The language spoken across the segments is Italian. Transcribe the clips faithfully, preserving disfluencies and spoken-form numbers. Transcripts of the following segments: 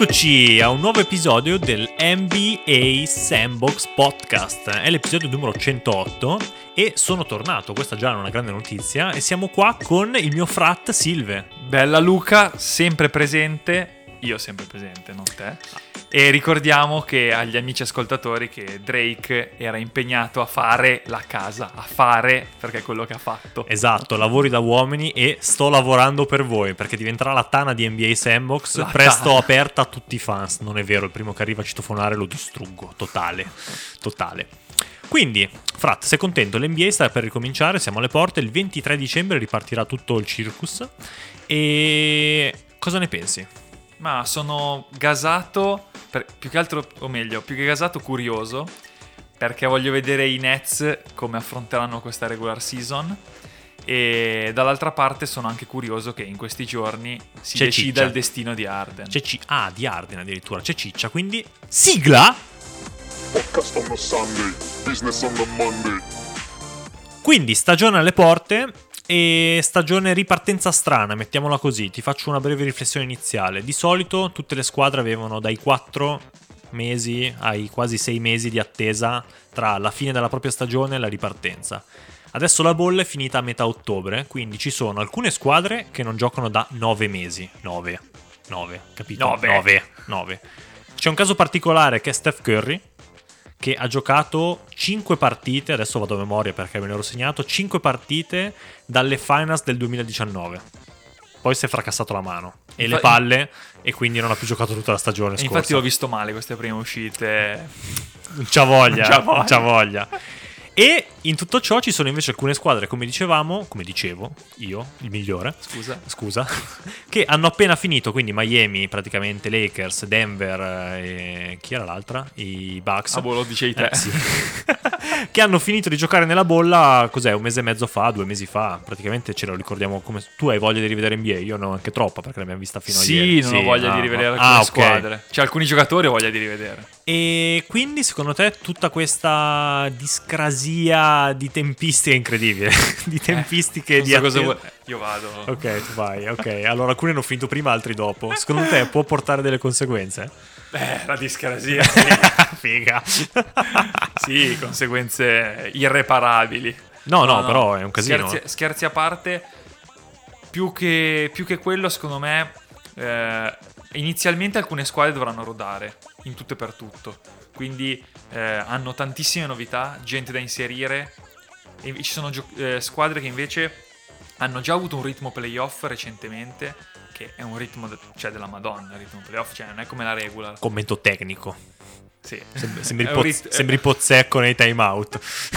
Eccoci a un nuovo episodio del N B A Sandbox Podcast. È l'episodio numero centootto e sono tornato, questa già è una grande notizia, e siamo qua con il mio frat Silve. Bella Luca, sempre presente, io sempre presente, non te. E ricordiamo che agli amici ascoltatori che Drake era impegnato a fare la casa, a fare, perché è quello che ha fatto. Esatto, lavori da uomini e sto lavorando per voi, perché diventerà la tana di N B A Sandbox, La presto tana. aperta a tutti i fans. Non è vero, il primo che arriva a citofonare lo distruggo, totale, totale. Quindi, frat, sei contento? L'N B A sta per ricominciare, siamo alle porte, il ventitré dicembre ripartirà tutto il circus. E cosa ne pensi? Ma sono gasato, per, più che altro, o meglio, più che gasato, curioso, perché voglio vedere i Nets come affronteranno questa regular season. E dall'altra parte sono anche curioso che in questi giorni si C'è decida ciccia. il destino di Harden. C'è ci- ah, di Arden addirittura, c'è ciccia, quindi sigla! Podcast on a Sunday, business on the Monday. Quindi stagione alle porte e stagione ripartenza strana, mettiamola così. Ti faccio una breve riflessione iniziale. Di solito tutte le squadre avevano dai quattro mesi ai quasi sei mesi di attesa tra la fine della propria stagione e la ripartenza. Adesso la bolla è finita a metà ottobre, quindi ci sono alcune squadre che non giocano da nove mesi. nove. nove, capito? Nove. nove. nove. C'è un caso particolare che è Steph Curry, che ha giocato cinque partite, adesso vado a memoria perché me ne ero segnato, cinque partite dalle finals del duemiladiciannove. Poi si è fracassato la mano e Infa- le palle e quindi non ha più giocato tutta la stagione E scorsa. infatti l'ho visto male queste prime uscite. Non c'ha voglia, Non c'ha non voglia. c'ha voglia. E in tutto ciò ci sono invece alcune squadre, come dicevamo, come dicevo, io, il migliore, Scusa. scusa, che hanno appena finito, quindi Miami, praticamente Lakers, Denver e chi era l'altra? I Bucks. Ah, boh, lo dicevi te. Eh, sì. Che hanno finito di giocare nella bolla, cos'è, un mese e mezzo fa, due mesi fa, praticamente ce lo ricordiamo come... Tu hai voglia di rivedere N B A, io ne ho anche troppa perché l'abbiamo vista fino a Sì, ieri. non ho voglia ah, di rivedere ah, alcune ok. squadre. Cioè, alcuni giocatori ho voglia di rivedere. E quindi secondo te tutta questa discrasia di tempistiche incredibile, di tempistiche Eh, Non di so cosa attesa- vuoi- Io vado. Ok, tu vai, ok. Allora alcuni hanno finito prima, altri dopo. Secondo te può portare delle conseguenze? Eh, la discrasia. Figa. Sì, conseguenze irreparabili. No, no, però è un casino. Scherzi, scherzi a parte, più che, più che quello, secondo me, eh, inizialmente alcune squadre dovranno rodare in tutto e per tutto. Quindi eh, hanno tantissime novità, gente da inserire. E ci sono gio- eh, squadre che invece hanno già avuto un ritmo playoff recentemente, che è un ritmo de- cioè della Madonna, il ritmo playoff, cioè non è come la regular. Commento tecnico. Sì. Sembri, sembri, È un Poz- rit- sembri Pozzecco nei time out.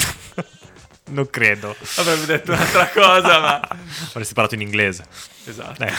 Non credo. Avrebbe detto un'altra cosa, ma... Avresti parlato in inglese. Esatto. Eh.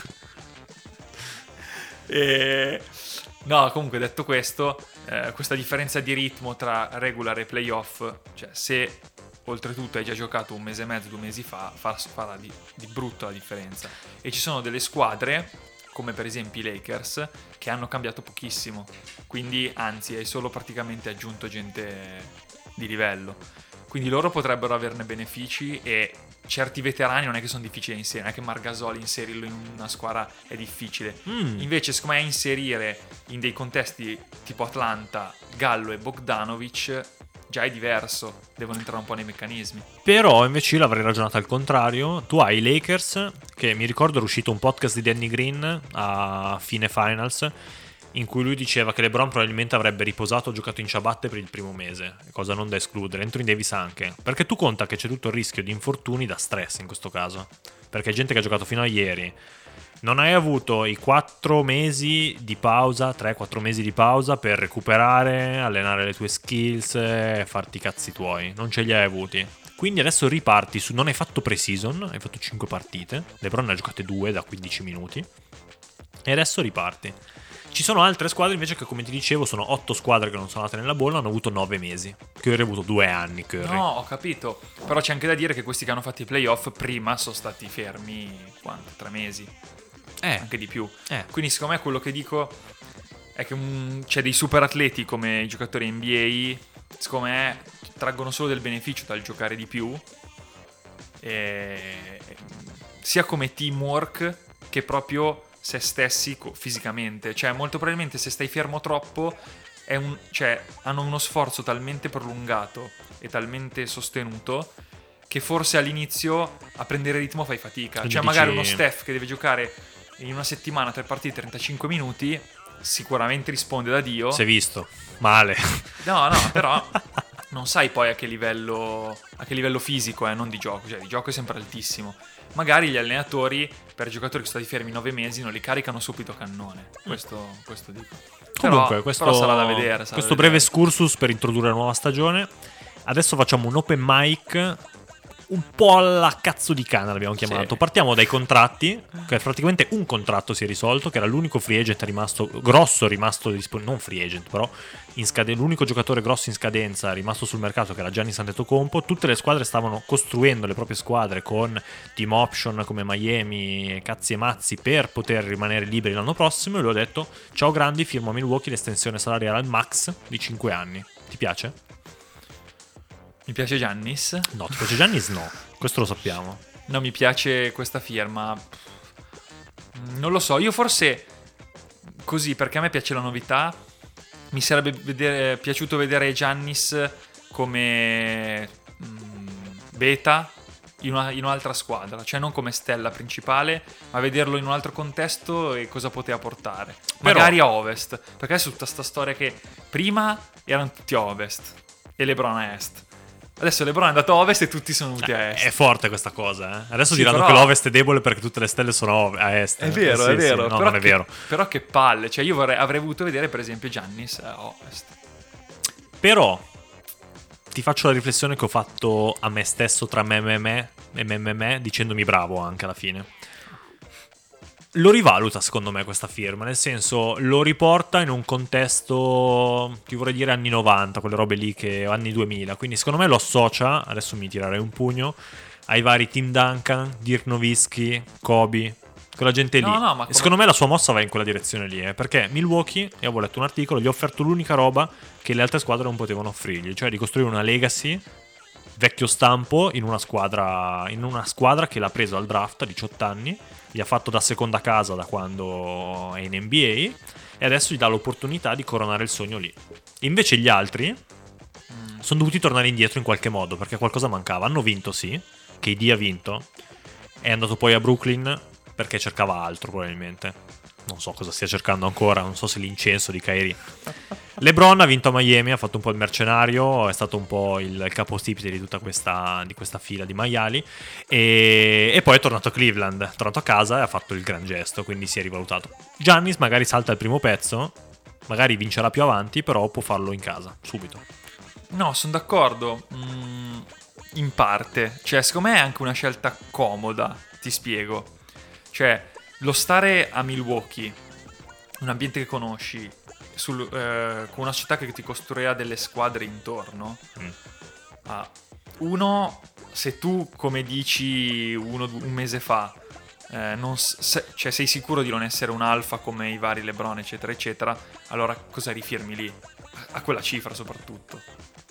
E... No, comunque detto questo, eh, questa differenza di ritmo tra regular e playoff, cioè se oltretutto hai già giocato un mese e mezzo, due mesi fa, fa- farà di, di brutto la differenza. E ci sono delle squadre, come per esempio i Lakers, che hanno cambiato pochissimo. Quindi, anzi, hai solo praticamente aggiunto gente di livello. Quindi loro potrebbero averne benefici e certi veterani non è che sono difficili da inserire, non è che Margasol inserirlo in una squadra è difficile. Mm. Invece, secondo me, inserire in dei contesti tipo Atlanta, Gallo e Bogdanovic già è diverso, devono entrare un po' nei meccanismi. Però invece io l'avrei ragionato al contrario. Tu hai i Lakers, che mi ricordo era uscito un podcast di Danny Green a fine finals, in cui lui diceva che LeBron probabilmente avrebbe riposato o giocato in ciabatte per il primo mese, cosa non da escludere. Anthony Davis anche, perché tu conta che c'è tutto il rischio di infortuni da stress in questo caso, perché gente che ha giocato fino a ieri. Non hai avuto i quattro mesi di pausa, tre quattro mesi di pausa per recuperare, allenare le tue skills e farti i cazzi tuoi. Non ce li hai avuti. Quindi adesso riparti su... Non hai fatto pre-season, hai fatto cinque partite. LeBron ne ha giocate due da quindici minuti. E adesso riparti. Ci sono altre squadre invece che, come ti dicevo, sono otto squadre che non sono andate nella bolla, hanno avuto nove mesi. Curry ha avuto due anni, Curry. No, ho capito. Però c'è anche da dire che questi che hanno fatto i playoff prima sono stati fermi, quanto? Tre mesi? Eh, Anche di più. eh. Quindi secondo me quello che dico è che mm, c'è dei super atleti come i giocatori N B A, secondo me traggono solo del beneficio dal giocare di più, e... sia come teamwork che proprio se stessi co- fisicamente. Cioè, molto probabilmente se stai fermo troppo, è un, cioè, hanno uno sforzo talmente prolungato e talmente sostenuto che forse all'inizio a prendere ritmo fai fatica. Quindi Cioè, magari dici- uno Steph che deve giocare in una settimana tre partite trentacinque minuti sicuramente risponde da Dio. Si è visto male. No, no, però non sai poi a che livello a che livello fisico è, non di gioco, cioè di gioco è sempre altissimo. Magari gli allenatori per i giocatori che sono stati fermi nove mesi non li caricano subito a cannone. Questo, questo dico. Comunque, però, questo, però sarà da vedere. Sarà questo da breve vedere. excursus per introdurre la nuova stagione. Adesso facciamo un open mic un po' alla cazzo di cane, l'abbiamo chiamato. Sì. Partiamo dai contratti, che praticamente un contratto si è risolto, che era l'unico free agent rimasto grosso, rimasto disponibile, non free agent però, in scade- l'unico giocatore grosso in scadenza rimasto sul mercato, che era Giannis Antetokounmpo. Tutte le squadre stavano costruendo le proprie squadre con team option come Miami, cazzi e mazzi, per poter rimanere liberi l'anno prossimo, e lui ha detto: ciao grandi, firmo a Milwaukee l'estensione salariale al max di cinque anni. Ti piace? Mi piace Giannis. No, ti piace Giannis? No, questo lo sappiamo. No, mi piace questa firma. Non lo so, io forse così, perché a me piace la novità, mi sarebbe vedere- piaciuto vedere Giannis come mm, beta in, una- in un'altra squadra, cioè non come stella principale, ma vederlo in un altro contesto e cosa poteva portare. Però- Magari a Ovest, perché adesso tutta sta storia che prima erano tutti a Ovest e LeBron a Est. Adesso LeBron è andato a Ovest e tutti sono venuti a Est. È forte questa cosa, eh? Adesso Sì, diranno però- che l'Ovest è debole perché tutte le stelle sono a ove- a Est. È vero, Eh, è sì, vero. sì. No, però non è che, vero. Però che palle. Cioè, io vorrei, avrei voluto vedere, per esempio, Giannis a Ovest. Però ti faccio la riflessione che ho fatto a me stesso tra me e me, me e me, me, me, dicendomi bravo anche alla fine. Lo rivaluta secondo me questa firma, nel senso lo riporta in un contesto, ti vorrei dire anni novanta, quelle robe lì, che anni duemila, quindi secondo me lo associa, adesso mi tirerei un pugno, ai vari Tim Duncan, Dirk Nowitzki, Kobe, quella gente lì. No, no, ma E come- secondo me la sua mossa va in quella direzione lì, eh, perché Milwaukee, e avevo letto un articolo, gli ha offerto l'unica roba che le altre squadre non potevano offrirgli, cioè di costruire una legacy vecchio stampo in una squadra in una squadra che l'ha preso al draft a diciotto anni, gli ha fatto da seconda casa da quando è in N B A, e adesso gli dà l'opportunità di coronare il sogno lì. Invece gli altri sono dovuti tornare indietro in qualche modo, perché qualcosa mancava. Hanno vinto, sì, K D ha vinto, è andato poi a Brooklyn perché cercava altro probabilmente, non so cosa stia cercando ancora, non so se l'incenso di Kyrie. LeBron ha vinto a Miami, ha fatto un po' il mercenario, è stato un po' il capostipite di tutta questa, di questa fila di maiali, e, e poi è tornato a Cleveland, è tornato a casa e ha fatto il gran gesto, quindi si è rivalutato. Giannis magari salta il primo pezzo, magari vincerà più avanti, però può farlo in casa, subito. No, sono d'accordo. Mm, in parte. Cioè, secondo me è anche una scelta comoda. Ti spiego. Cioè, lo stare a Milwaukee, un ambiente che conosci, sul, eh, con una città che ti costruirà delle squadre intorno. Mm. Ah, uno, se tu, come dici uno, un mese fa, eh, non s- se- cioè sei sicuro di non essere un alfa come i vari LeBron, eccetera, eccetera, allora cosa rifirmi lì? A, a quella cifra soprattutto.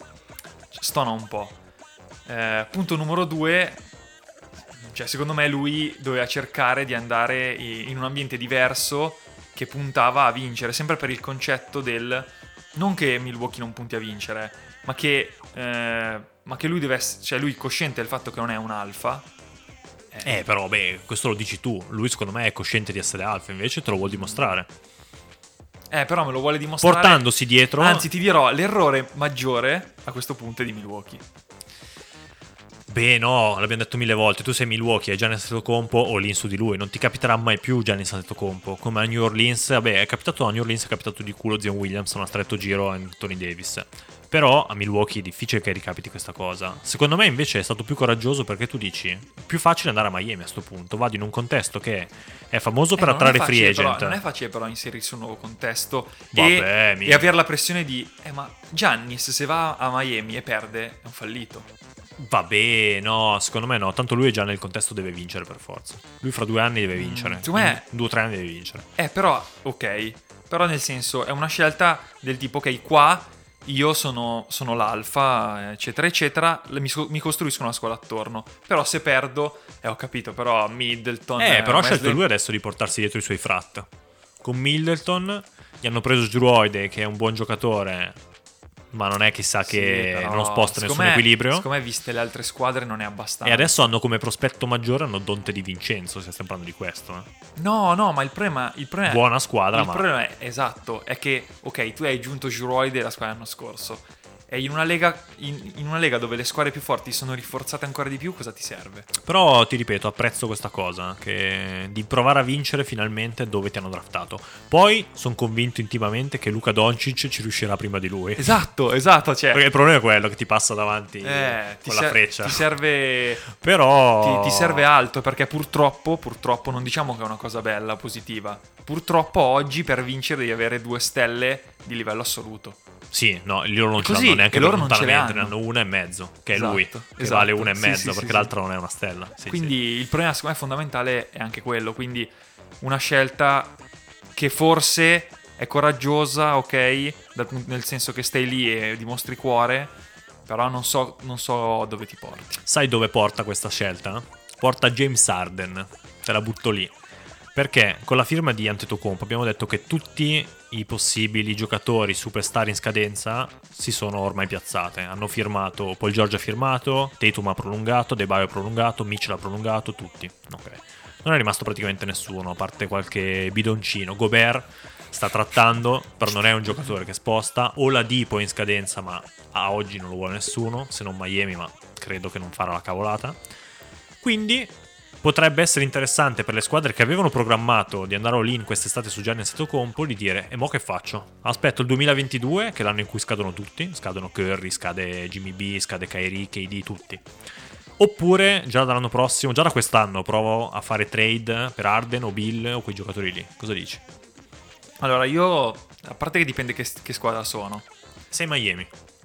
Stona un po'. Eh, punto numero due, cioè secondo me lui doveva cercare di andare in un ambiente diverso che puntava a vincere, sempre per il concetto del non che Milwaukee non punti a vincere, ma che, eh, ma che lui deve essere, cioè lui cosciente del fatto che non è un alfa. Eh, però, beh, questo lo dici tu. Lui, secondo me, è cosciente di essere alfa, invece te lo vuol dimostrare. Eh, però me lo vuole dimostrare. Portandosi dietro. Anzi, ti dirò, l'errore maggiore a questo punto è di Milwaukee. Beh, no, l'abbiamo detto mille volte. Tu sei Milwaukee, hai Giannis Antetokounmpo o lì in su di lui. Non ti capiterà mai più Giannis Antetokounmpo. Come a New Orleans, vabbè, è capitato a New Orleans, è capitato di culo Zion Williamson a stretto giro a Anthony Davis. Però a Milwaukee è difficile che ricapiti questa cosa. Secondo me invece è stato più coraggioso, perché tu dici più facile andare a Miami a sto punto. Vado in un contesto che è famoso per Eh, non attrarre è free facile, agent. però- non è facile però inserirsi in un nuovo contesto Vabbè, e, mi- e avere la pressione di eh ma Giannis se va a Miami e perde è un fallito. Vabbè, no, secondo me no. Tanto lui è già nel contesto, deve vincere per forza. Lui fra due anni deve vincere. Mm, secondo me- In due o tre anni deve vincere. Eh però ok, però nel senso è una scelta del tipo ok qua io sono, sono l'alfa, eccetera, eccetera, le- mi, so- mi costruisco una squadra attorno. Però se perdo, eh, ho capito, però Middleton... Eh, però ha scelto Wesley- lui adesso di portarsi dietro i suoi frat. Con Middleton gli hanno preso Giroide, che è un buon giocatore, ma non è chissà Sì, che però, non sposta nessun secondo me- equilibrio. Secondo me, viste le altre squadre, non è abbastanza. E adesso hanno come prospetto maggiore hanno Donte Di Vincenzo, se stiamo parlando di questo. eh. No, no, ma il problema... Il problema Buona squadra, il ma problema è, esatto, è che, ok, tu hai aggiunto Giroide la squadra l'anno scorso. E in una lega, in, in una lega dove le squadre più forti sono rinforzate ancora di più, cosa ti serve? però ti ripeto, apprezzo questa cosa, che di provare a vincere finalmente dove ti hanno draftato. Poi sono convinto intimamente che Luka Doncic ci riuscirà prima di lui. Esatto, esatto, cioè... Perché il problema è quello che ti passa davanti eh, ti con la ser- freccia. Ti serve... Però Ti, ti serve altro, perché purtroppo, purtroppo, non diciamo che è una cosa bella, positiva. Purtroppo oggi per vincere devi avere due stelle di livello assoluto. Sì, no, loro non ce Così, l'hanno neanche e loro non ce le lontanamente, hanno. ne hanno una e mezzo, che Esatto, è lui, che esatto. vale una e Sì, mezzo, sì, perché sì, l'altra non è una stella. Sì, Quindi sì. il problema secondo me fondamentale è anche quello, quindi una scelta che forse è coraggiosa, ok, dal pun- nel senso che stai lì e dimostri cuore, però non so, non so dove ti porti. Sai dove porta questa scelta? Porta James Harden, te la butto lì. Perché con la firma di Antetokounmpo abbiamo detto che tutti i possibili giocatori superstar in scadenza si sono ormai piazzate. Hanno firmato, Paul George ha firmato, Tatum ha prolungato, De Baio ha prolungato, Mitchell ha prolungato, tutti. Ok. Non è rimasto praticamente nessuno, a parte qualche bidoncino. Gobert sta trattando, però non è un giocatore che sposta. Oladipo è in scadenza, ma a oggi non lo vuole nessuno, se non Miami, ma credo che non farà la cavolata. Quindi potrebbe essere interessante per le squadre che avevano programmato di andare all-in quest'estate su Giannis Antetokounmpo di dire: e mo che faccio? Aspetto il duemilaventidue, che è l'anno in cui scadono tutti, scadono Curry, scade Jimmy B, scade Kyrie, K D, tutti. Oppure già dall'anno prossimo, già da quest'anno provo a fare trade per Harden o Bill o quei giocatori lì. Cosa dici? Allora io, a parte che dipende che, che squadra sono. Sei Miami.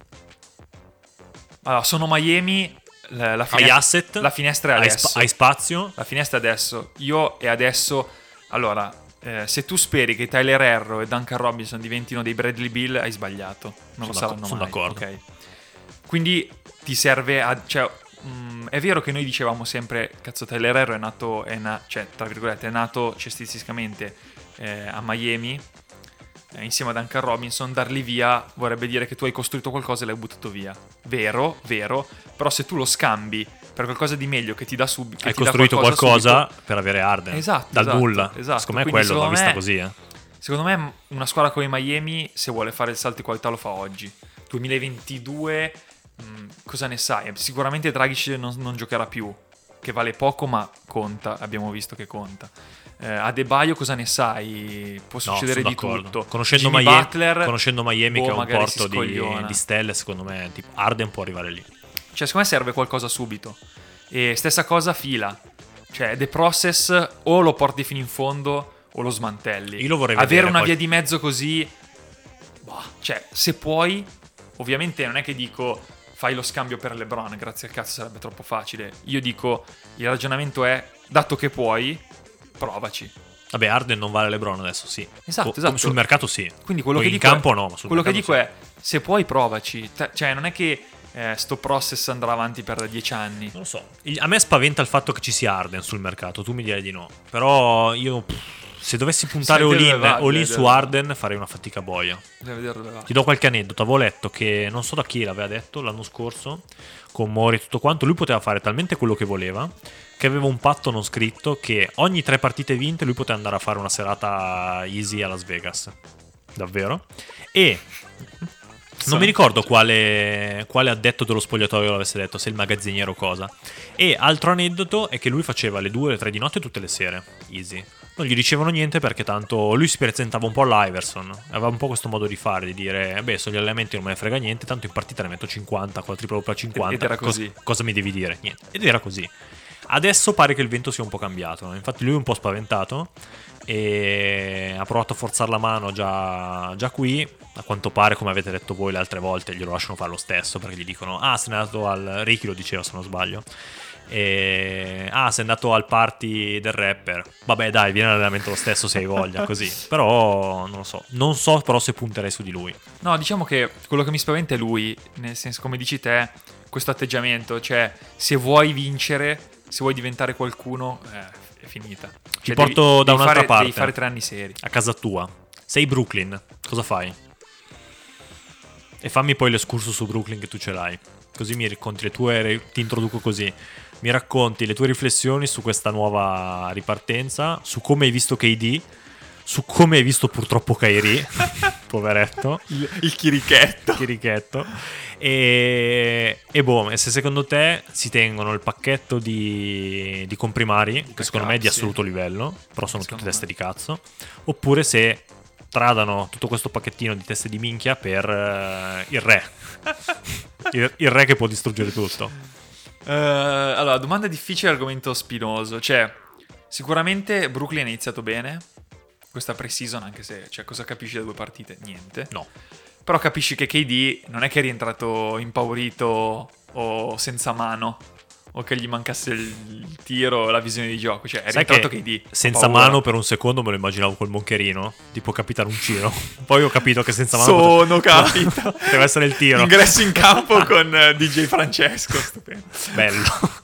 Allora, sono Miami, la, la, Hai finestra, asset, la finestra è hai, adesso. spa- hai spazio. La finestra è adesso. Io e adesso... Allora, eh, se tu speri che Tyler Herro e Duncan Robinson diventino dei Bradley Beal, hai sbagliato. Non Sono lo d'accordo, saranno sono mai. d'accordo. Ok. Quindi ti serve a... Cioè, mh, è vero che noi dicevamo sempre, cazzo, Tyler Herro è nato... È na- cioè, tra virgolette, è nato cestisticamente eh, a Miami, eh, insieme a Duncan Robinson. Darli via vorrebbe dire che tu hai costruito qualcosa e l'hai buttato via. Vero, vero. Però se tu lo scambi per qualcosa di meglio che ti dà subito, Hai costruito qualcosa per avere Harden. Esatto, Dal esatto, nulla. esatto. Secondo me Quindi quello va secondo vista me- così, eh. Secondo me una squadra come Miami, se vuole fare il salto di qualità, lo fa oggi. duemilaventidue, mh, cosa ne sai? Sicuramente Dragic non, non giocherà più, che vale poco ma conta, abbiamo visto che conta. Eh, Adebayo cosa ne sai? Può No, succedere sono di d'accordo. tutto. Conoscendo Jimmy Miami, Butler, conoscendo Miami boh, che è un magari si porto di, scogliona. di stelle, secondo me tipo Harden può arrivare lì. Cioè, secondo me serve qualcosa subito. E stessa cosa fila. Cioè, The Process o lo porti fino in fondo o lo smantelli. Io lo vorrei Avere vedere una poi- via di mezzo così... boh, cioè, se puoi... Ovviamente non è che dico fai lo scambio per LeBron, grazie al cazzo sarebbe troppo facile. Io dico, il ragionamento è, dato che puoi, provaci. Vabbè, Harden non vale LeBron adesso, sì. Esatto, Co- esatto. Sul mercato sì. Quindi quello Poi che in dico campo è, no, ma sul quello che mercato dico è, se puoi provaci. Te- cioè, non è che eh, sto process andrà avanti per dieci anni. Non lo so. Il- A me spaventa il fatto che ci sia Harden sul mercato. Tu mi direi di no. Però io, pff, se dovessi puntare Sai, deve all-in, va- all-in deve su va. Harden, farei una fatica boia. Bisogna vedere dove va. Ti do qualche aneddoto. Avevo letto che, non so da chi l'aveva detto, l'anno scorso, con Mori e tutto quanto, lui poteva fare talmente quello che voleva, che aveva un patto non scritto che ogni tre partite vinte lui poteva andare a fare una serata easy a Las Vegas. Davvero. E... non mi ricordo quale, quale addetto dello spogliatoio l'avesse detto, se il magazziniero o cosa. E altro aneddoto è che lui faceva le due o le tre di notte tutte le sere, easy. Non gli dicevano niente perché tanto lui si presentava un po' all'Iverson. Aveva un po' questo modo di fare, di dire, beh, sono gli allenamenti, non me ne frega niente, tanto in partita ne metto cinquanta, con la tripla doppia cinquanta. Ed era così. Cosa, cosa mi devi dire? Niente. Ed era così. Adesso pare che il vento sia un po' cambiato. Infatti lui è un po' spaventato e ha provato a forzare la mano già, già qui. A quanto pare, come avete detto voi le altre volte, glielo lasciano fare lo stesso perché gli dicono: ah, sei andato al Ricky, lo diceva se non sbaglio. E... ah, sei andato al party del rapper. Vabbè, dai, vieni all'allenamento lo stesso se hai voglia, così. Però non lo so. Non so però se punterei su di lui. No, diciamo che quello che mi spaventa è lui, nel senso, come dici te, questo atteggiamento, cioè se vuoi vincere, se vuoi diventare qualcuno, eh, è finita. Ti Cioè, porto devi, da devi un'altra fare, parte. Devi fare tre anni seri. A casa tua. Sei Brooklyn. Cosa fai? E fammi poi l'escursus su Brooklyn che tu ce l'hai. Così mi racconti le tue... ti introduco così. Mi racconti le tue riflessioni su questa nuova ripartenza, su come hai visto K D, su come hai visto purtroppo Kyrie, poveretto. Il, il chirichetto. chirichetto. E, e boh, e se secondo te si tengono il pacchetto di, di comprimari, che secondo me è di assoluto livello, però sono tutte teste di cazzo, oppure se tradano tutto questo pacchettino di teste di minchia per uh, il re. il, il re che può distruggere tutto. Uh, allora, domanda difficile, argomento spinoso. Cioè, sicuramente Brooklyn ha iniziato bene questa pre-season, anche se, cioè, cosa capisci da due partite? Niente. No. Però capisci che K D non è che è rientrato impaurito o senza mano, o che gli mancasse il tiro o la visione di gioco. Cioè, è Sai rientrato che K D. senza paura. mano per un secondo me lo immaginavo col moncherino, tipo capitanuncino. Poi ho capito che senza mano Sono pote- capita. deve essere il tiro. Ingresso in campo con uh, D J Francesco. Stupendo. Bello.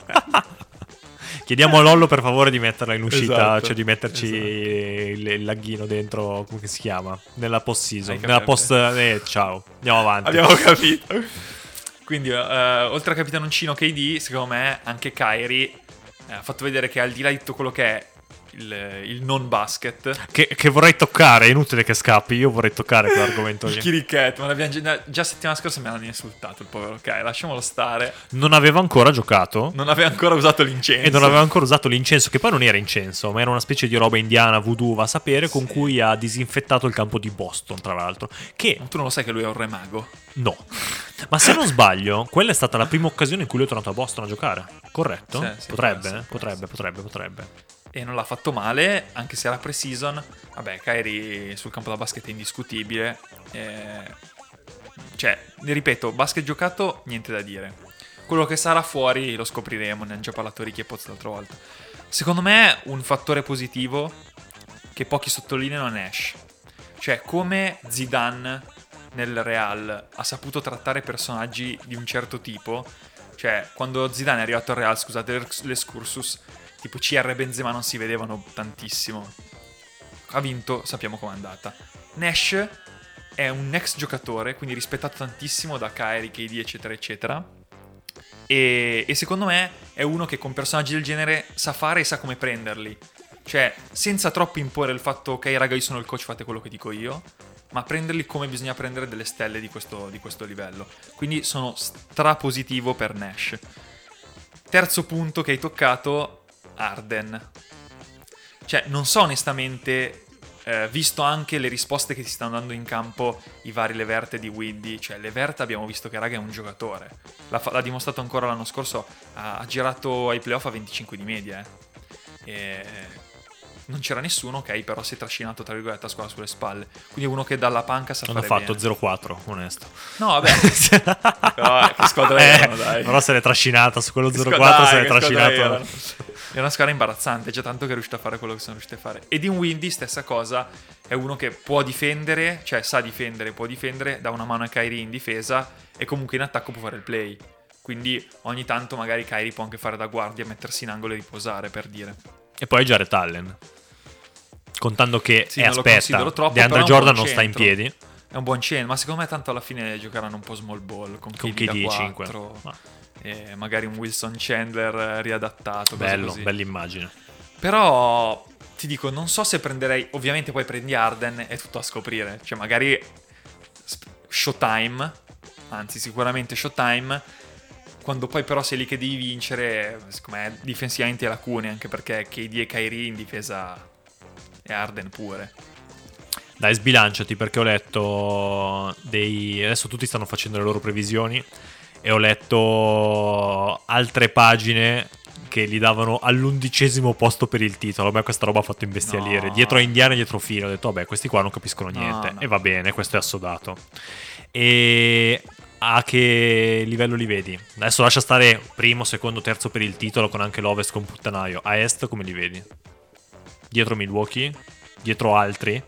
Chiediamo a Lollo per favore di metterla in uscita, Esatto, cioè di metterci esatto. il, il laghino dentro, come si chiama? Nella post season. Hai Nella capito. post... Eh, ciao, andiamo avanti. Abbiamo capito. Quindi, uh, oltre a capitanoncino K D, secondo me anche Kyrie eh, ha fatto vedere che al di là di tutto quello che è il, il non basket, Che, che vorrei toccare, è inutile che scappi, io vorrei toccare quell'argomento il lì. chirichetto, ma l'abbiamo già, già settimana scorsa mi hanno insultato il povero Kyrie, lasciamolo stare. Non aveva ancora giocato Non aveva ancora usato l'incenso. e non aveva ancora usato l'incenso, che poi non era incenso, ma era una specie di roba indiana, voodoo, va a sapere, con Sì. cui ha disinfettato il campo di Boston, tra l'altro. Che Ma tu non lo sai che lui è un re mago? no. Ma se non sbaglio, quella è stata la prima occasione in cui lui è tornato a Boston a giocare. Corretto? Sì, sì, potrebbe, può essere, eh? può potrebbe, essere. potrebbe, potrebbe. E non l'ha fatto male, anche se era pre-season. Vabbè, Kyrie sul campo da basket è indiscutibile. Eh, cioè, ripeto, basket giocato, niente da dire. Quello che sarà fuori lo scopriremo, ne hanno già parlato Ricky e Poz l'altra volta. Secondo me un fattore positivo che pochi sottolineano è Nash. Cioè, come Zidane nel Real ha saputo trattare personaggi di un certo tipo. Cioè, quando Zidane è arrivato al Real, scusate l'escursus, tipo C R Benzema non si vedevano tantissimo. Ha vinto, sappiamo com'è andata. Nash è un ex giocatore, quindi rispettato tantissimo da Kyrie, K D, eccetera, eccetera. E, e secondo me è uno che con personaggi del genere sa fare e sa come prenderli. Cioè, senza troppo imporre il fatto, ok raga, io sono il coach, fate quello che dico io, ma prenderli come bisogna prendere delle stelle di questo, di questo livello. Quindi sono strapositivo per Nash. Terzo punto che hai toccato, Harden. Cioè, non so onestamente, eh, visto anche le risposte che si stanno dando in campo i vari Levert di Widdy, cioè Levert abbiamo visto che raga è un giocatore. L'ha, fa- l'ha dimostrato ancora l'anno scorso, ha, ha girato ai playoff a venticinque di media. Eh. E non c'era nessuno, ok, però si è trascinato tra virgolette la squadra sulle spalle. Quindi è uno che dalla panca sa Hanno fare fatto bene. zero quattro, onesto. No, vabbè. Però, eh, che squadra erano, dai. Però se l'è trascinata su quello Che zero squadra- quattro, se dai, l'è che squadra trascinato. erano. È una squadra imbarazzante, già tanto che è riuscito a fare quello che sono riusciti a fare. E Dinwiddie, stessa cosa, è uno che può difendere, cioè sa difendere, può difendere, dà una mano a Kyrie in difesa e comunque in attacco può fare il play. Quindi ogni tanto magari Kyrie può anche fare da guardia, mettersi in angolo e riposare, per dire. E poi Jared Allen. Contando che, Sì, e non lo aspetta, considero troppo, DeAndre però è un Jordan buon non sta in centro. piedi. È un buon chain, ma secondo me tanto alla fine giocheranno un po' small ball con, Con K D K D da cinque. quattro, Ah. e magari un Wilson Chandler riadattato, cose Bello, così. bella immagine. Però ti dico, non so se prenderei, ovviamente poi prendi Harden, è tutto a scoprire, cioè magari sp- Showtime, anzi sicuramente Showtime, quando poi però sei lì che devi vincere, secondo me difensivamente hai lacune, anche perché K D e Kyrie in difesa e Harden pure. Dai, sbilanciati, perché ho letto dei... Adesso tutti stanno facendo le loro previsioni e ho letto altre pagine che li davano all'undicesimo posto per il titolo. A me questa roba ha fatto imbestialire. No. Dietro a Indiana e dietro a Fino. Ho detto, vabbè, questi qua non capiscono No, niente. no. E va bene, questo è assodato. E a che livello li vedi? Adesso lascia stare primo, secondo, terzo per il titolo, con anche l'Ovest con puttanaio. A est come li vedi? Dietro Milwaukee? Dietro altri?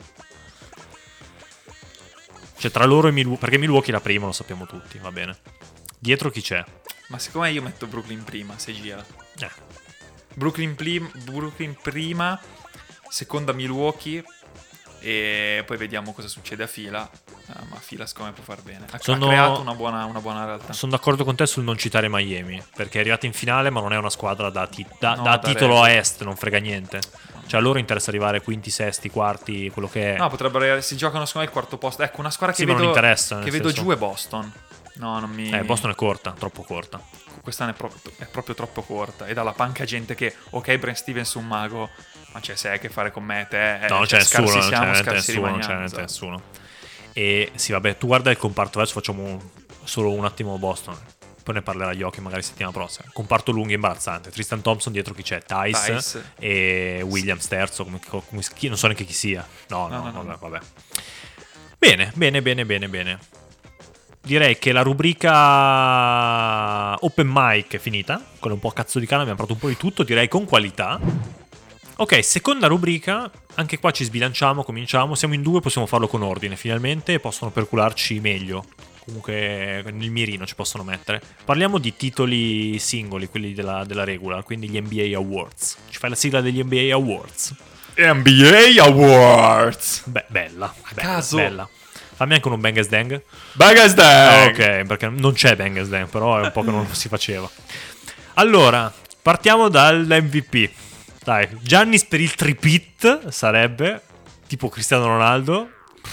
Cioè tra loro e Milwaukee, perché Milwaukee è la prima, lo sappiamo tutti, va bene. Dietro chi c'è? Ma secondo me io metto Brooklyn prima, se gira. Eh. Brooklyn, plim- Brooklyn prima, seconda Milwaukee, e poi vediamo cosa succede a fila. Ah, ma fila secondo me può far bene. Ha, Sono- ha creato una buona, una buona realtà. Sono d'accordo con te sul non citare Miami, perché è arrivata in finale ma non è una squadra da, ti- da- No, da da titolo record. a est, non frega niente. Cioè a loro interessa arrivare quinti, sesti, quarti, quello che è. No, potrebbero si giocano secondo me il quarto posto. Ecco, una squadra che Sì, ma vedo non interessa, che nel vedo senso- giù è Boston. No, non mi Eh, Boston è corta, troppo corta. Quest'anno è proprio, è proprio troppo corta. E dalla panca gente che, ok, Brent Stevens un mago, ma c'è se hai a che fare con me, te. No, non c'è cioè, nessuno, scarsi non c'è siamo, veramente scarsi nessuno, non c'è rimaniamo, veramente esatto. nessuno. E sì, vabbè, tu guarda il comparto, adesso facciamo un- solo un attimo Boston. Poi ne parlerà Yoki magari settimana prossima. Comparto lungo e imbarazzante. Tristan Thompson dietro chi c'è? Tice, Tice. e Williams terzo, come, come- chi- non so neanche chi sia. No, no, No, no, no. vabbè, vabbè. Bene, bene, bene, bene, bene. Direi che la rubrica Open Mic è finita. Con un po' cazzo di cane abbiamo parlato un po' di tutto, direi con qualità. Ok, seconda rubrica. Anche qua ci sbilanciamo, cominciamo. Siamo in due, possiamo farlo con ordine finalmente. Possono percularci meglio. Comunque nel mirino ci possono mettere. Parliamo di titoli singoli, quelli della, della regular, quindi gli N B A Awards. Ci fai la sigla degli N B A Awards? N B A Awards. Beh, bella, bella, caso. bella. Fammi anche un Bang as Dang. Bagas Ah, ok, perché non c'è Bang as Dang, però è un po' che non si faceva. Allora, partiamo dall'M V P. Dai, Giannis per il tripit sarebbe tipo Cristiano Ronaldo.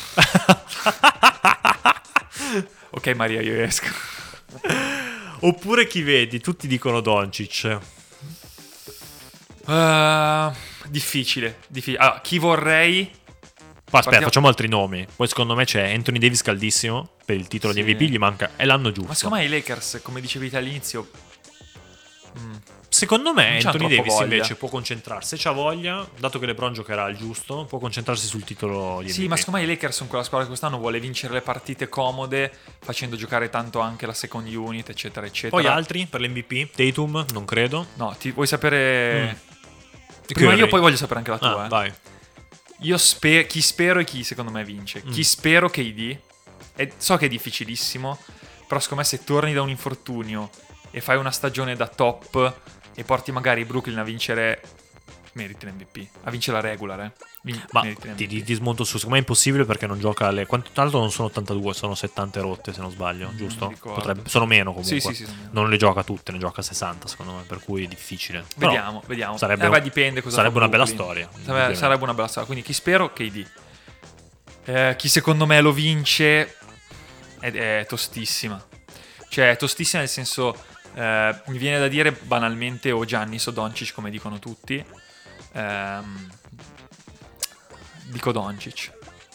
Ok, Maria, io esco. Oppure chi vedi? Tutti dicono Doncic. Uh, difficile, difficile. Allora, chi vorrei? Ma aspetta, Partiamo- facciamo altri nomi. Poi secondo me c'è Anthony Davis caldissimo per il titolo Sì. di M V P, gli manca, è l'anno giusto. Ma secondo me i Lakers, come dicevi te all'inizio, mm, Secondo me Non c'ha Anthony troppo Davis voglia. invece può concentrarsi, se c'ha voglia, dato che LeBron giocherà al giusto, può concentrarsi sul titolo di M V P. sì, ma secondo me i Lakers sono quella squadra che quest'anno vuole vincere le partite comode, facendo giocare tanto anche la second unit, eccetera, eccetera. Poi altri per l'M V P? Tatum? Non credo. No, ti vuoi sapere? Mm. Prima Curry. io, poi voglio sapere anche la tua. Ah, eh. vai. Io spe- chi spero e chi secondo me vince. Mm. Chi spero che K D. E so che è difficilissimo, però secondo me se torni da un infortunio e fai una stagione da top e porti magari Brooklyn a vincere, meriti l'M V P. A vincere la regular, eh. Vin- Ma meriti l'M V P. ti, ti- ti smonto su, secondo me è impossibile perché non gioca alle... Quanto, tra l'altro non sono ottantadue, sono settanta rotte se non sbaglio, giusto? mi ricordo. Potrebbe- sono meno comunque. Sì, sì, sì, sono meno. Non le gioca tutte, ne gioca sessanta secondo me, per cui è difficile. Però Vediamo, vediamo. Sarebbe, Eh, beh, dipende cosa sarebbe fa una bella Brooklyn. storia. Sarebbe, indubbiamente. sarebbe una bella storia. Quindi chi spero? K D. Eh, chi secondo me lo vince è, è tostissima. Cioè, è tostissima nel senso, eh, mi viene da dire banalmente o Giannis o Doncic, come dicono tutti. Ehm, dico Doncic.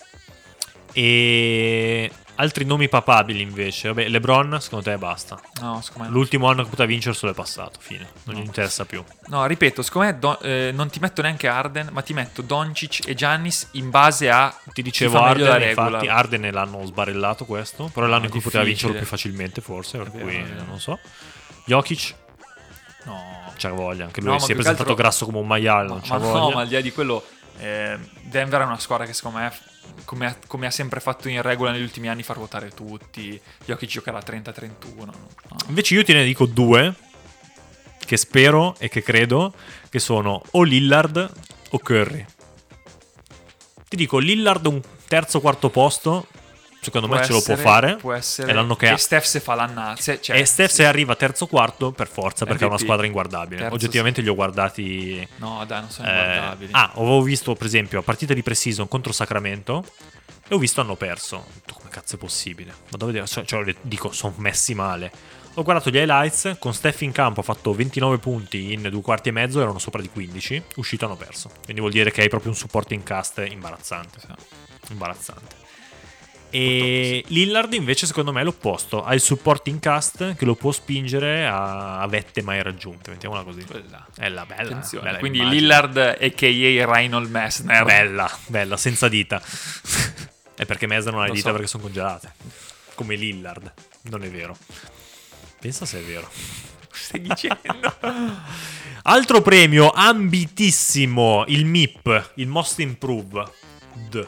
E altri nomi papabili invece. Vabbè, LeBron, secondo te basta. No, secondo me no. L'ultimo anno che poteva vincere solo è passato, fine. Non No. gli interessa più. No, ripeto, secondo me Don- eh, non ti metto neanche Arden, ma ti metto Doncic e Giannis in base a Ti chi dicevo fa meglio la Arden, regular. infatti Arden l'hanno sbarellato questo, però è l'anno No, in cui poteva difficile. vincerlo più facilmente forse, per È vero, cui è vero. non so. Jokic, No, c'ha voglia, anche lui No, ma si è più che presentato altro- grasso come un maiale, non Ma, c'ha ma no, voglia. ma al di là di quello, eh, Denver è una squadra che secondo me, come ha, come ha sempre fatto in regola negli ultimi anni, fa ruotare tutti. Jokic giocherà a trenta trentuno. No. Invece io te ne dico due che spero e che credo che sono o Lillard o Curry. Ti dico Lillard un terzo quarto posto, secondo Può me ce lo può essere- fare. Può essere È l'anno che ha. Steph se fa l'annata. se- Cioè, E Steph sì. se arriva terzo quarto per forza perché è una M V P. squadra inguardabile. Terzo Oggettivamente li ho guardati. No, dai, non sono eh, inguardabili. ah, avevo visto per esempio a partita di pre-season contro Sacramento e ho visto hanno perso. Ho detto, come cazzo è possibile? Ma dove cioè, cioè, dico, sono messi male. Ho guardato gli highlights, con Steph in campo ha fatto ventinove punti in due quarti e mezzo, erano sopra di quindici, uscito hanno perso. Quindi vuol dire che hai proprio un supporting cast imbarazzante. Imbarazzante. E Lillard invece secondo me è l'opposto, ha il supporting cast che lo può spingere a, a vette mai raggiunte, mettiamola così. Quella. È la bella, Attenzione. bella Quindi immagine. Lillard a k a. Reinhold Messner. Bella, bella, senza dita. È perché Mezza non ha le Lo dita so. perché sono congelate. come Lillard. Non è vero. Pensa se è vero. Stai dicendo? Altro premio ambitissimo, il M I P, il Most Improved, che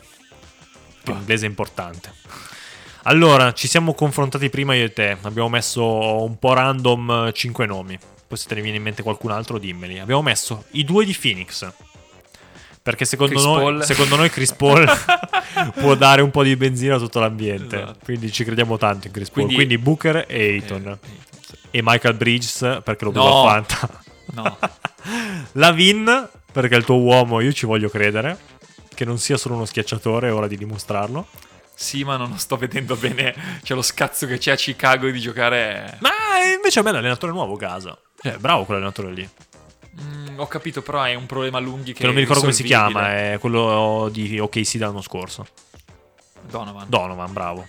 in inglese è importante. Allora, ci siamo confrontati prima io e te, abbiamo messo un po' random cinque nomi, poi se te ne viene in mente qualcun altro dimmeli. Abbiamo messo i due di Phoenix, perché secondo Chris noi, Paul. secondo noi Chris Paul può dare un po' di benzina a tutto l'ambiente, Esatto. quindi ci crediamo tanto in Chris Paul. Quindi- Quindi, Booker e Ayton. Eh, sì. E Michael Bridges, perché lo No. vedo al Fanta. No. Lavin, perché è il tuo uomo, io ci voglio credere, che non sia solo uno schiacciatore, è ora di dimostrarlo. Sì, ma non lo sto vedendo bene. C'è lo scazzo che c'è a Chicago di giocare. Ma invece a me l'allenatore nuovo casa. Cioè, bravo quell'allenatore lì. Mm, ho capito, però è un problema a lunghi che Che non mi ricordo come si risolvibile. chiama, è quello di O K C dell'anno scorso. Donovan. Donovan, bravo.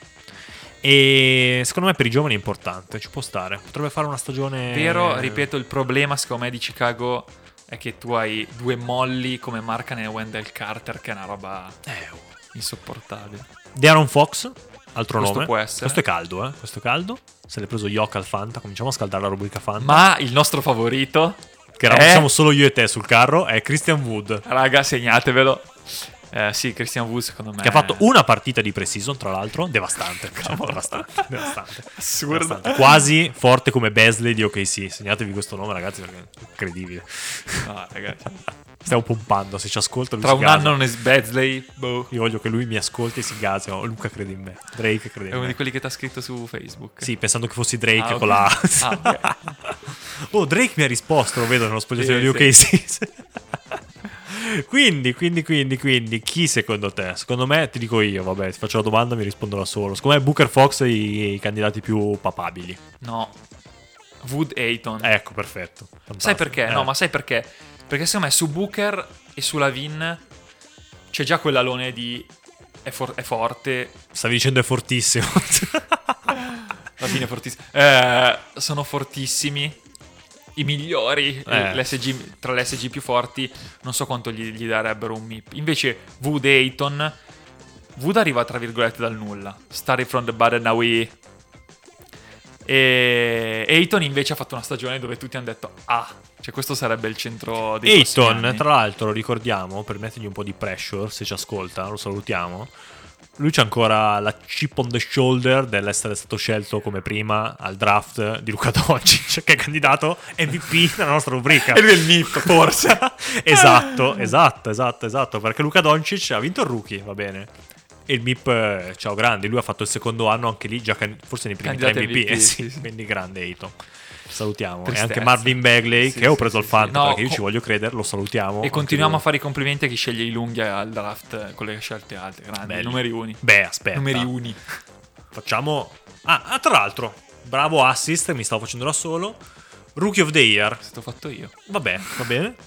E secondo me per i giovani è importante, ci può stare. Potrebbe fare una stagione... Però, ripeto, il problema secondo me di Chicago è che tu hai due molli come Markkanen e Wendell Carter, che è una roba Eh, oh. insopportabile. De'Aaron Fox, altro Questo nome. può essere. Questo è caldo, eh. Questo è caldo. Se l'è preso Yok al Fanta, cominciamo a scaldare la rubrica Fanta. Ma il nostro favorito, Che eravamo Eh? siamo solo io e te sul carro, è Christian Wood. raga, segnatevelo. Eh, sì, Christian Wood secondo me Che ha fatto una partita di pre-season, tra l'altro, devastante. Cioè, devastante, devastante. Assurdo. Devastante. Quasi forte come Beasley di O K C. Segnatevi questo nome, ragazzi, perché è incredibile. No, ragazzi. Stiamo pompando, se ci ascolta lui Tra si un gasa. anno non è Beasley, boh. Io voglio che lui mi ascolti e si gasi. Oh, Luca crede in me. Drake crede È in uno me. di quelli che ti ha scritto su Facebook. Sì, pensando che fossi Drake Ah, ok. con la... Ah, ok. Oh, Drake mi ha risposto, lo vedo nello spogliatoio Sì, di O K C. Quindi, quindi, quindi, quindi, chi secondo te? Secondo me, ti dico io, vabbè, ti faccio la domanda e mi rispondo da solo. Secondo me Booker Fox è i, i candidati più papabili. No. Wood Ayton. Ecco, perfetto. Fantastico. Sai perché? Eh. No, ma sai perché? Perché secondo me su Booker e su Lavin c'è già quell'alone di è, for- è forte. Stavi dicendo è fortissimo. Lavin è fortissimo. Eh, sono fortissimi. I migliori Eh. l'S G, tra le S G più forti. Non so quanto gli, gli darebbero un M I P. Invece Wood e Ayton, Wood arriva tra virgolette dal nulla. Starting from the bottom now we... E Ayton invece ha fatto una stagione dove tutti hanno detto ah, cioè questo sarebbe il centro dei prossimi Ayton, anni. tra l'altro, ricordiamo, per mettergli un po' di pressure, se ci ascolta, lo salutiamo. Lui c'ha ancora la chip on the shoulder dell'essere stato scelto come prima al draft di Luka Doncic, che è candidato M V P nella nostra rubrica. E lui è il M I P, forse. Esatto, esatto, esatto, esatto, perché Luka Doncic ha vinto il rookie, va bene. E il M I P, eh, ciao grande, lui ha fatto il secondo anno anche lì, già can- forse nei primi tre Candidato M V P, M V P, eh, sì, sì, sì. quindi grande Ayton. Salutiamo. Tristezza. E anche Marvin Bagley, Sì, che ho sì, preso sì, al Fanta, sì. No, perché io co- ci voglio credere, lo salutiamo. E anche continuiamo lui. a fare i complimenti a chi sceglie i lunghi al draft con le scelte alte. Grandi, Belli. numeri uni. Beh, aspetta. Numeri uni. Facciamo... Ah, ah, tra l'altro, bravo assist, mi stavo facendo da solo. Rookie of the Year. Sto fatto io. Vabbè, va bene.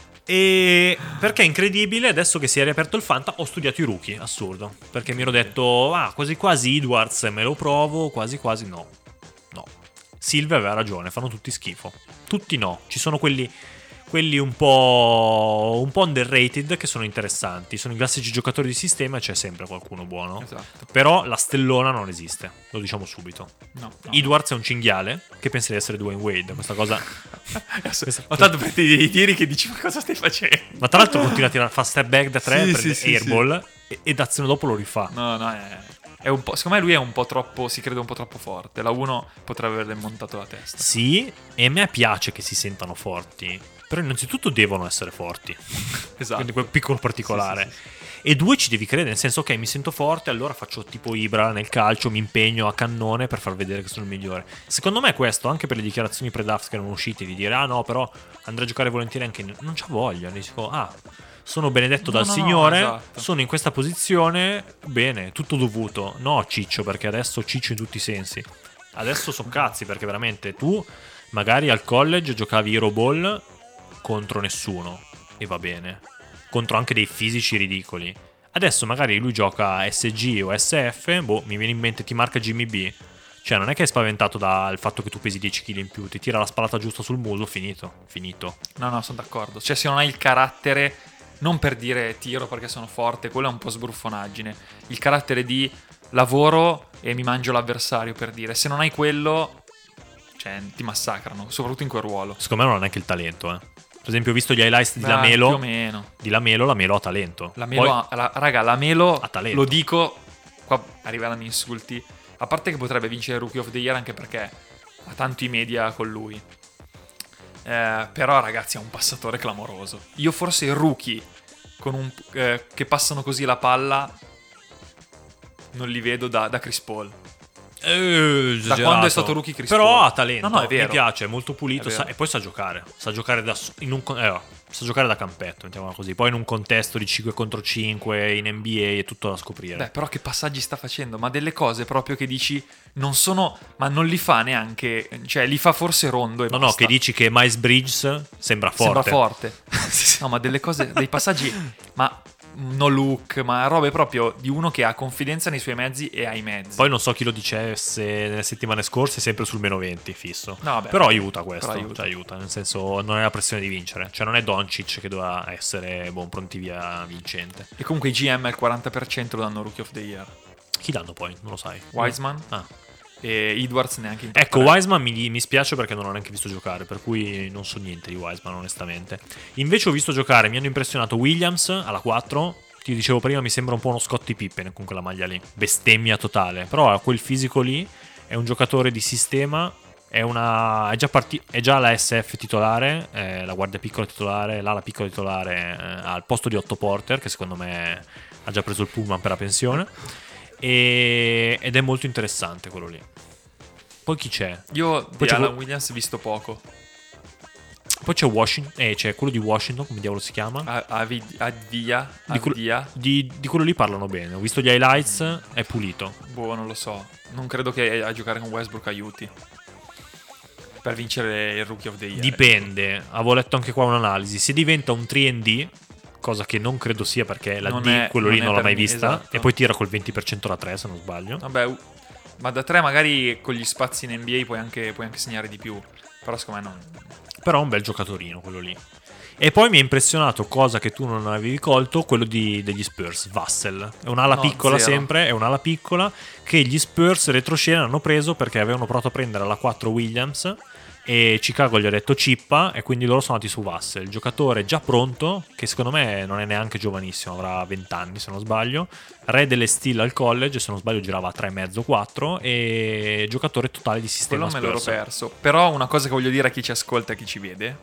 E perché è incredibile, adesso che si è riaperto il Fanta, ho studiato i rookie, assurdo. Perché mi ero detto, ah, quasi quasi Edwards me lo provo, quasi quasi no. No. Silve aveva ragione, fanno tutti schifo. Tutti no, ci sono quelli... quelli un po', un po' underrated che sono interessanti. Sono i classici giocatori di sistema e c'è sempre qualcuno buono. Esatto. Però la stellona non esiste, lo diciamo subito. No, no. Edwards è un cinghiale che pensa di essere Dwayne Wade. Questa cosa. Adesso- Ma tanto prendi dei tiri che dici ma cosa stai facendo? Ma tra l'altro continua a tirare fa step back da tre, Sì, prende sì, sì, airball e, e d'azione dopo lo rifà. No, no, è, è un po', secondo me lui è un po' troppo, si crede un po' troppo forte. La uno potrebbe averle montato la testa. Sì, e a me piace che si sentano forti. Però innanzitutto devono essere forti. Esatto. Quindi quel piccolo particolare. Sì, sì, E due, ci devi credere, nel senso, ok, mi sento forte, allora faccio tipo Ibra nel calcio, mi impegno a cannone per far vedere che sono il migliore. Secondo me questo, anche per le dichiarazioni pre-draft che erano uscite, di dire, ah no, però andrei a giocare volentieri anche in... Non c'ha voglia, dico, ah, sono benedetto No, dal no, no, Signore, esatto. sono in questa posizione, bene, tutto dovuto. No, Ciccio, perché adesso Ciccio in tutti i sensi. Adesso so cazzi, perché veramente tu magari al college giocavi Hero Ball contro nessuno, e va bene. Contro anche dei fisici ridicoli. Adesso magari lui gioca S G o S F, boh, mi viene in mente, ti marca Jimmy B. Cioè non è che è spaventato dal fatto che tu pesi dieci chili in più, ti tira la spallata giusta sul muso, finito, finito. No, no, sono d'accordo. Cioè, se non hai il carattere, non per dire tiro perché sono forte, quello è un po' sbruffonaggine. Il carattere di lavoro e mi mangio l'avversario, per dire. Se non hai quello, cioè, ti massacrano, soprattutto in quel ruolo. Secondo me non ha neanche il talento, eh. Per esempio, ho visto gli highlights di Dai, Lamelo. più o meno. Di Lamelo, Lamelo ha talento. Lamelo Poi, ha, la, raga, Lamelo, ha talento. lo dico, qua arriveranno insulti, a parte che potrebbe vincere Rookie of the Year anche perché ha tanto i media con lui. Eh, però ragazzi è un passatore clamoroso. Io forse i rookie con un, eh, che passano così la palla non li vedo da, da Chris Paul. Eh, Da quando è stato rookie Chris Però Paul. ha talento. No, no, è vero. Mi piace, è molto pulito È sa- vero. e poi sa giocare. Sa giocare da, s- in un, con- eh, sa giocare da campetto, mettiamola così. Poi in un contesto di cinque contro cinque in N B A è tutto da scoprire. Beh, però che passaggi sta facendo? Ma delle cose proprio che dici non sono, ma non li fa neanche, cioè li fa forse Rondo e no, basta. no, che dici che Miles Bridges sembra forte. Sembra forte. No, ma delle cose, dei passaggi, ma no look, ma robe proprio di uno che ha confidenza nei suoi mezzi e ai mezzi. Poi non so chi lo dicesse nelle settimane scorse, sempre sul meno venti fisso. No, vabbè, però aiuta questo, però aiuta. Cioè, aiuta, nel senso non è la pressione di vincere. Cioè non è Doncic che doveva essere buon pronti via vincente. E comunque i G M al quaranta per cento lo danno Rookie of the Year. Chi danno poi? Non lo sai. Wiseman Ah. e Edwards neanche in Ecco, top tre. Wiseman mi, mi spiace perché non l'ho neanche visto giocare, per cui non so niente di Wiseman onestamente. Invece ho visto giocare, mi hanno impressionato Williams alla quattro. Ti dicevo prima, mi sembra un po' uno Scottie Pippen con quella maglia lì, bestemmia totale. Però ha quel fisico lì, è un giocatore di sistema, è, una, è, già, parti, è già la S F titolare, è la guardia piccola titolare, l'ala piccola titolare eh, al posto di Otto Porter, che secondo me ha già preso il pullman per la pensione. E, ed è molto interessante quello lì. Poi chi c'è? Io Poi di c'è Alan quel- Williams visto poco. Poi c'è Washington, eh, c'è quello di Washington, come diavolo si chiama? A- Avi- Avdia, Di, quello- Avdia. di, di quello lì parlano bene. Ho visto gli highlights, è pulito. Boh, non lo so. Non credo che a giocare con Westbrook aiuti per vincere il Rookie of the Year. Dipende, avevo letto anche qua un'analisi. Se diventa un tre and D, cosa che non credo sia perché la Non D, è- quello lì non è non l'ho per mai me, vista. esatto. E poi tira col venti per cento da tre, se non sbaglio. Vabbè, u- ma da tre magari con gli spazi in N B A puoi anche, puoi anche segnare di più. Però secondo me non. Però è un bel giocatorino quello lì. E poi mi ha impressionato, cosa che tu non avevi colto, quello di- degli Spurs, Vassell. È un'ala No, piccola zero. sempre, è un'ala piccola che gli Spurs retroscena hanno preso perché avevano provato a prendere alla quattro Williams e Chicago gli ha detto cippa e quindi loro sono andati su Vassell, il giocatore già pronto, che secondo me non è neanche giovanissimo, avrà venti anni se non sbaglio, re delle steal al college, se non sbaglio girava a tre e mezzo quattro e giocatore totale di sistema Quello me l'ero Spurs. perso. Però una cosa che voglio dire a chi ci ascolta e a chi ci vede: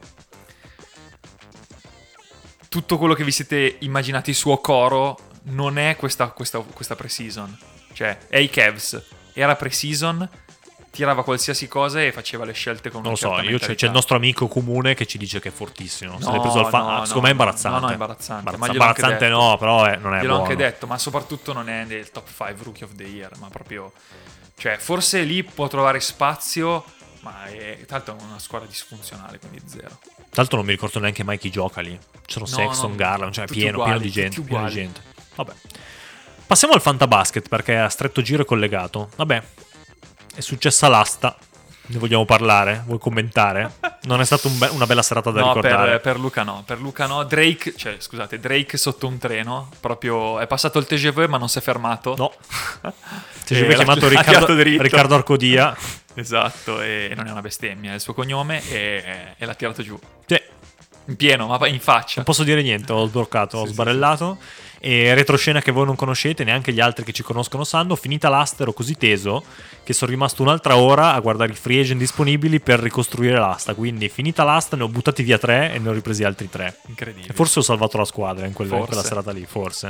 tutto quello che vi siete immaginati suo coro non è questa, questa, questa pre-season. Cioè, è i Cavs. Era pre-season, tirava qualsiasi cosa e faceva le scelte con Non una lo so, certa io c'è, mentalità. c'è il nostro amico comune che ci dice che è fortissimo. Se No, l'è preso al fa- no, ah, no, secondo me è no, imbarazzante. no, no, è imbarazzante, ma Imbarazza- gliel'ho anche imbarazzante detto. no, però è- non è Gliel'ho buono. anche detto, ma soprattutto non è nel top cinque Rookie of the Year, ma proprio. Cioè, forse lì può trovare spazio, ma è, tra l'altro è una squadra disfunzionale, quindi zero. Tra l'altro non mi ricordo neanche mai chi gioca lì. C'erano No, Sexton, no, Garland, cioè tutti pieno, uguali, pieno di gente. tutti Pieno di uguali. gente. Vabbè. Passiamo al Fantabasket perché a stretto giro è collegato. Vabbè, è successa l'asta. Ne vogliamo parlare? Vuoi commentare? Non è stata un be- una bella serata da No, ricordare. per, per Luca no, per Luca no. Drake, cioè scusate, Drake sotto un treno, proprio è passato il T G V ma non si è fermato. No. Ti E ci l'ha- chiamato l'ha Riccardo, tirato dritto. Riccardo Arcodia. Esatto, e non è una bestemmia, è il suo cognome e, e l'ha tirato giù. Sì. In pieno, ma in faccia. Non posso dire niente, ho sbloccato, ho Sì, sbarellato. E retroscena che voi non conoscete, neanche gli altri che ci conoscono sanno. Finita l'asta ero così teso che sono rimasto un'altra ora a guardare i free agent disponibili per ricostruire l'asta. Quindi finita l'asta ne ho buttati via tre e ne ho ripresi altri tre. Incredibile. E forse ho salvato la squadra in quella, in Forse. quella serata lì, forse.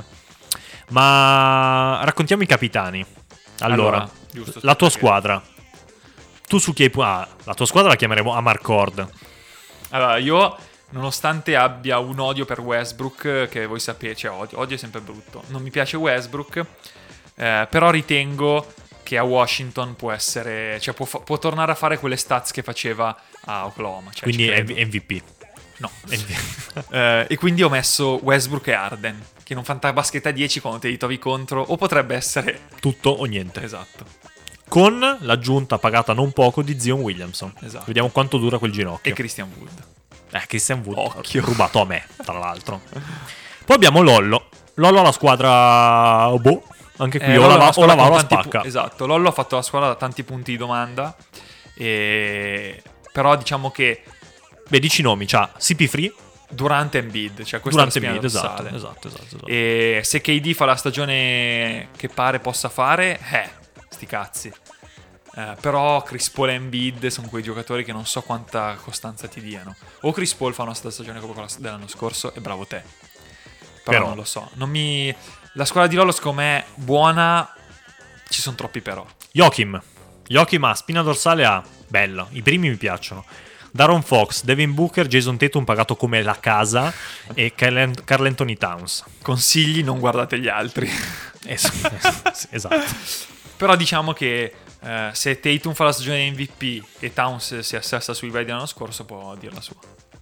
Ma raccontiamo i capitani. Allora, Allora, giusto, la tua perché- squadra. Tu su chi hai... pu- ah, la tua squadra la chiameremo Amarcord. Allora, io, nonostante abbia un odio per Westbrook, che voi sapete, cioè odio, odio è sempre brutto, non mi piace Westbrook, eh, però ritengo che a Washington può essere, cioè può, fa- può tornare a fare quelle stats che faceva a Oklahoma. Cioè, Quindi ci è credo. M V P. No. M V P. Eh, e quindi ho messo Westbrook e Harden, che in un fantabasket a dieci quando te li trovi contro, o potrebbe essere... Tutto o niente. Esatto. Con l'aggiunta pagata non poco di Zion Williamson. Esatto. Vediamo quanto dura quel ginocchio. E Christian Wood. Eh, Christian Wood, Occhio. rubato a me, tra l'altro. Poi abbiamo Lollo. Lollo ha la squadra, boh, Anche qui Eh, o Lollo la è una va o squadra la va o con la tanti spacca. pu- esatto, Lollo ha fatto la squadra da tanti punti di domanda, e... però diciamo che Beh, dici i nomi, c'ha C P Free durante Embiid, cioè questa durante è la spina mid, esatto, dorsale. esatto, esatto, esatto. E se K D fa la stagione che pare possa fare, eh, sti cazzi. Eh, però Chris Paul e Embiid sono quei giocatori che non so quanta costanza ti diano. O Chris Paul fa una stagione come quella dell'anno scorso e bravo te. Però, Però. non lo so. Non mi... La squadra di Lollo secondo me è buona, ci sono troppi però. Joachim. Joachim ha spina dorsale A, bella, i primi mi piacciono. Daron Fox, Devin Booker, Jason Tatum pagato come la casa e Carl Carl Anthony Towns. Consigli, non guardate gli altri. Es- es- esatto. Però diciamo che eh, se Tatum fa la stagione M V P e Towns si assesta sui livelli dell'anno scorso, può dir la sua.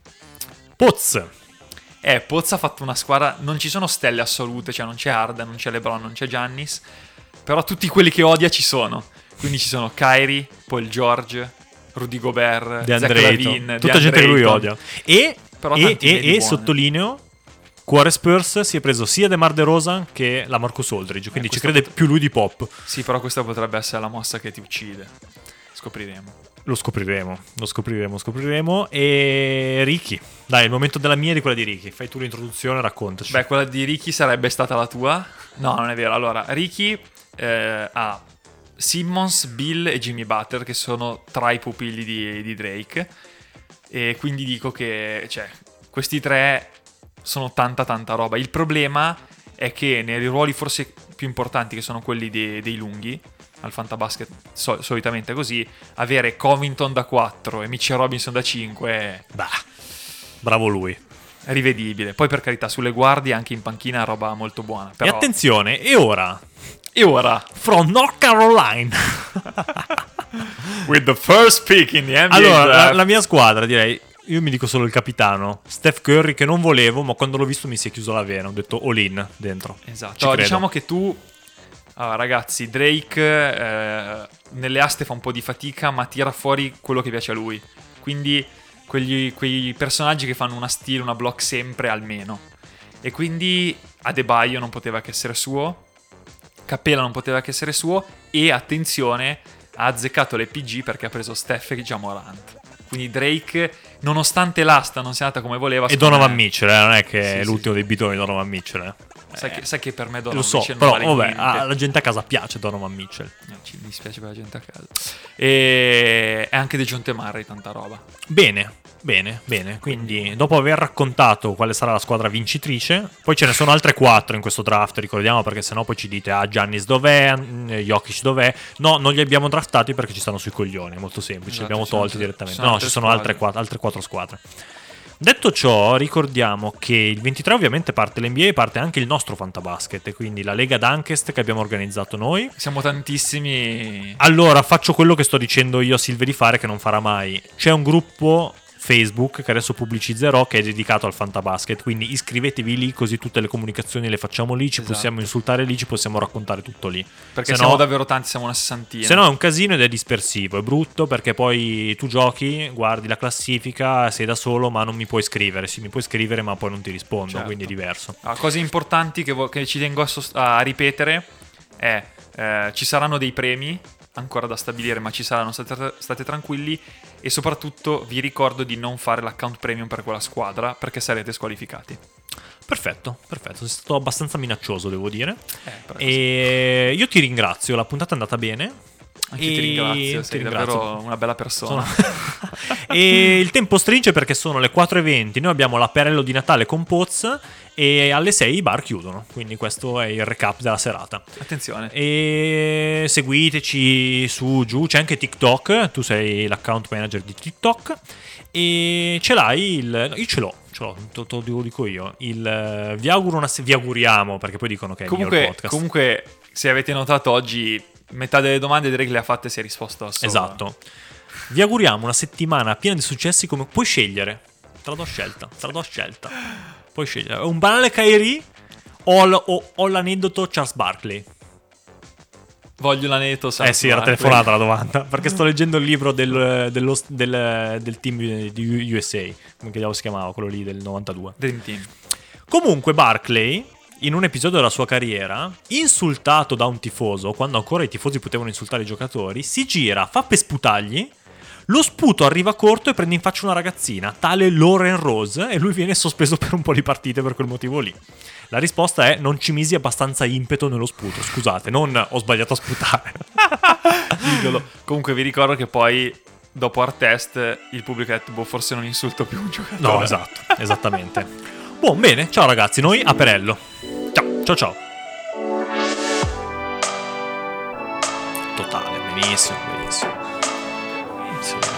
Poz. Eh, Poz ha fatto una squadra, non ci sono stelle assolute, cioè non c'è Harden, non c'è LeBron, non c'è Giannis, però tutti quelli che odia ci sono. Quindi ci sono Kyrie, Paul George, Rudy Gobert, De Zach Andreito, Lavin, tutta gente che lui Ayton. odia. E, Però e, tanti e, vedi e buoni. sottolineo, Cuore Spurs si è preso sia DeMar DeRozan che la Marcus Aldridge, quindi ci questo crede pot- più lui di Pop. Sì, però questa potrebbe essere la mossa che ti uccide. Scopriremo. Lo scopriremo, lo scopriremo, scopriremo. E Ricky, dai, è il momento della mia e di quella di Ricky. Fai tu l'introduzione, raccontaci. Beh, quella di Ricky sarebbe stata la tua? No, non è vero. Allora, Ricky eh, ha Simmons, Bill e Jimmy Butler, che sono tra i pupilli di, di Drake. E quindi dico che, cioè, questi tre sono tanta tanta roba. Il problema è che nei ruoli forse più importanti, che sono quelli dei, dei lunghi, al fantabasket so, solitamente è così, avere Covington da quattro e Mitchell Robinson da cinque è Bah, bravo lui. rivedibile. Poi per carità, sulle guardie anche in panchina è roba molto buona. Però... E attenzione, e ora, E ora, from North Carolina. with the first pick in the N B A Allora, la, draft. la mia squadra, direi, io mi dico solo il capitano, Steph Curry, che non volevo, ma quando l'ho visto mi si è chiuso la vena, ho detto all in dentro. Esatto. Ci No, credo. diciamo che tu, allora, ragazzi, Drake eh, nelle aste fa un po' di fatica, ma tira fuori quello che piace a lui. Quindi quegli, quei personaggi che fanno una steal, una block sempre almeno. E quindi Adebayo non poteva che essere suo, Capela non poteva che essere suo, e attenzione, ha azzeccato le P G perché ha preso Steph e Jamorant. Quindi Drake, nonostante l'asta non sia andata come voleva, E secondo Donovan me- Mitchell, eh, non è che Sì, è sì, l'ultimo sì. dei bidoni di Donovan Mitchell. Eh. Sai, Eh, che, sai che per me lo Donovan so, Mitchell non però vale vabbè, niente. alla gente a casa piace Donovan Mitchell. No, ci mi dispiace per la gente a casa. E e anche DeJounte Murray, tanta roba. Bene, bene, bene. Quindi, dopo aver raccontato quale sarà la squadra vincitrice, poi ce ne sono altre quattro in questo draft, ricordiamo, perché sennò poi ci dite, ah, Giannis dov'è, mm, Jokic dov'è. No, non li abbiamo draftati perché ci stanno sui coglioni, è molto semplice, li Esatto, abbiamo ci sono tolti altre- direttamente. ci sono No, altre ci sono squadre. altre, quatt- altre quattro squadre. Detto ciò, ricordiamo che il ventitré ovviamente parte l'N B A e parte anche il nostro Fantabasket, e quindi la Lega Dunkest che abbiamo organizzato noi. Siamo tantissimi. Allora, faccio quello che sto dicendo io a Silve di fare, che non farà mai. C'è un gruppo Facebook che adesso pubblicizzerò, che è dedicato al Fantabasket, quindi iscrivetevi lì, così tutte le comunicazioni le facciamo lì, ci Esatto. possiamo insultare lì, ci possiamo raccontare tutto lì. Perché Se siamo no- davvero tanti, siamo una sessantina. Se no è un casino ed è dispersivo, è brutto, perché poi tu giochi, guardi la classifica, sei da solo, ma non mi puoi scrivere. Sì, mi puoi scrivere, ma poi non ti rispondo, Certo. quindi è diverso. Ah, cose importanti che, vo- che ci tengo a, sost- a ripetere è eh, ci saranno dei premi ancora da stabilire, ma ci saranno, state, state tranquilli, e soprattutto vi ricordo di non fare l'account premium per quella squadra perché sarete squalificati. Perfetto, perfetto, sei stato abbastanza minaccioso, devo dire. Eh, però E io ti ringrazio, la puntata è andata bene. anche e ti ringrazio, ti sei ringrazio. davvero una bella persona. Sono- e il tempo stringe perché sono le quattro e venti. Noi abbiamo l'aperello di Natale con Poz e alle sei i bar chiudono. Quindi questo è il recap della serata. Attenzione. E seguiteci su giù, c'è anche TikTok. Tu sei l'account manager di TikTok e ce l'hai il... no, io ce l'ho, ce l'ho, te te lo dico io. Il vi auguro una se- vi auguriamo, perché poi dicono che è il miglior Comunque, podcast. comunque, se avete notato oggi, metà delle domande Drake le ha fatte e si è risposto da solo. Esatto. Vi auguriamo una settimana piena di successi. Come puoi scegliere? Te la do scelta. Te la do scelta. Puoi scegliere un banale Kyrie o, l- o- o l'aneddoto Charles Barkley. Voglio l'aneddoto. Eh sì, era telefonata la domanda. Perché sto leggendo il libro del, dello- del, del team di U S A. Come che si chiamava quello lì del novantadue. Dream Team. Comunque Barkley, in un episodio della sua carriera, insultato da un tifoso, quando ancora i tifosi potevano insultare i giocatori, si gira, fa per sputargli, lo sputo arriva corto e prende in faccia una ragazzina, tale Lauren Rose, e lui viene sospeso per un po' di partite per quel motivo lì. La risposta è: non ci misi abbastanza impeto nello sputo, scusate, non ho sbagliato a sputare. Idolo. Comunque vi ricordo che poi dopo Art Test il pubblico ha detto: boh, forse non insulto più un giocatore. No, esatto, esattamente. Buon, bene, ciao ragazzi, noi a Perello. Ciao, ciao ciao. Totale, benissimo, benissimo. Sì.